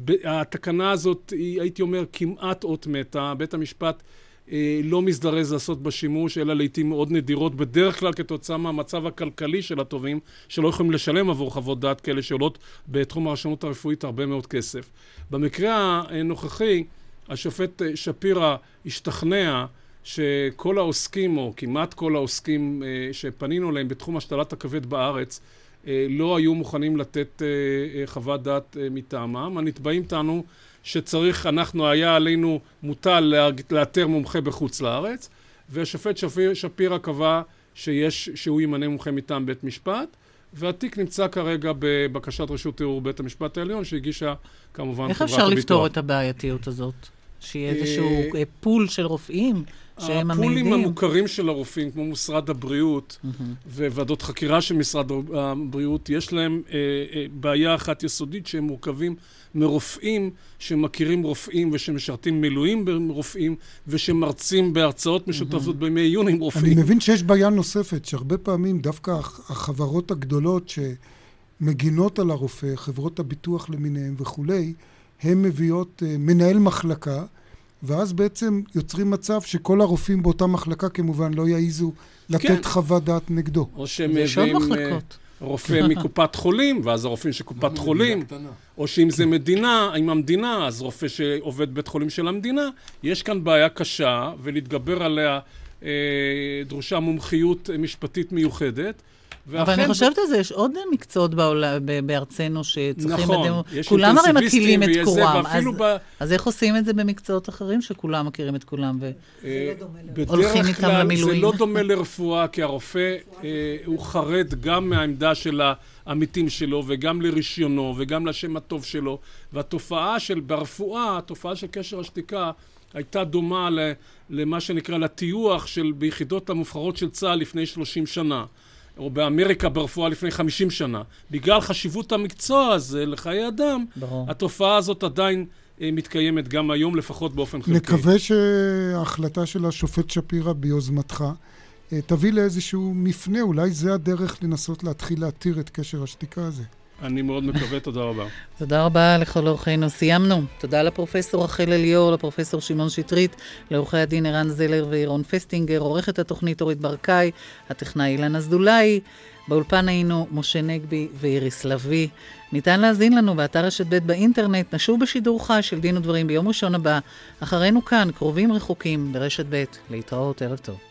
התקנה הזאת, הייתי אומר, כמעט אות מתה. בית המשפט לא מזדרז לעשות בשימוש, אלא לעתים מאוד נדירות, בדרך כלל כתוצאה מהמצב הכלכלי של התובעים, שלא יכולים לשלם עבור חוות דעת כאלה שעולות בתחום הרשלנות הרפואית הרבה מאוד כסף. במקרה הנוכחי, השופט שפירא השתכנע שכל העוסקים, או כמעט כל העוסקים שפנינו להם בתחום השתלת הכבד בארץ, לא היו מוכנים לתת חוות דעת מטעמם. הנתבעים טענו שצריך, אנחנו, היה עלינו מוטל לאתר מומחה בחוץ לארץ, והשופט שפיר, שפירא קבע שיש, שהוא ימנה מומחה מטעם בית משפט, והתיק נמצא כרגע בבקשת רשות ערעור בית המשפט העליון, שהגישה כמובן חברת הביטוח. איך אפשר לפתור את הבעייתיות הזאת? שיהיה איזשהו פול של רופאים שהם המעידים? הפולים המוכרים של הרופאים, כמו משרד הבריאות וועדות חקירה של משרד הבריאות, יש להם בעיה אחת יסודית שהם מורכבים מרופאים שמכירים רופאים ושמשרתים מילואים ברופאים ושמרצים בהרצאות משותפות בימי עיון עם רופאים. אני מבין שיש בעיה נוספת, שהרבה פעמים דווקא החברות הגדולות שמגינות על הרופא, חברות הביטוח למיניהם וכולי, הן מביאות מנהל מחלקה, ואז בעצם יוצרים מצב שכל הרופאים באותה מחלקה כמובן לא יעיזו לתת כן. חוות דעת נגדו. או שהם מביאים רופא מקופת חולים, ואז הרופאים של קופת חולים, או שאם זה מדינה, עם המדינה, אז רופא שעובד בית חולים של המדינה. יש כאן בעיה קשה, ולהתגבר עליה אה, דרושה מומחיות משפטית מיוחדת. אבל אני חושבת על זה, יש עוד מקצועות בארצנו שצריכים... נכון, יש כולם הרי מכירים את כולם. ב... אז איך עושים את זה במקצועות אחרים שכולם מכירים את כולם והולכים איתם למילואים? זה לא דומה לרפואה, כי הרופא הוא חרד גם מהעמדה של העמיתים שלו, וגם לרישיונו, וגם לשם הטוב שלו. והתופעה של, ברפואה, התופעה של קשר השתיקה, הייתה דומה למה שנקרא לטיוח של ביחידות המובחרות של צה"ל לפני שלושים שנה. או באמריקה ברפואה לפני חמישים שנה. בגלל חשיבות המקצוע הזה לחיי אדם, ברור. התופעה הזאת עדיין מתקיימת גם היום, לפחות באופן חלקי. נקווה שההחלטה של השופט שפירא ביוזמתך תביא לאיזשהו מפנה, אולי זה הדרך לנסות להתחיל להתיר את קשר השתיקה הזה. אני מאוד מקווה, תודה רבה. תודה רבה לכל אורחינו, סיימנו. תודה לפרופסור רחל אליאור, לפרופסור שמעון שטרית, לעורכי הדין ערן זלר ואירון פסטינגר, עורכת התוכנית אורית ברקאי, הטכנאי אילן אזולאי, באולפן היינו משה נגבי ואיריס לוי. ניתן להזין לנו באתר רשת ב' באינטרנט, נשוב בשידור חי של דין ודברים ביום ראשון הבא, אחרינו כאן, קרובים רחוקים ברשת ב'. להתראות, ערב טוב.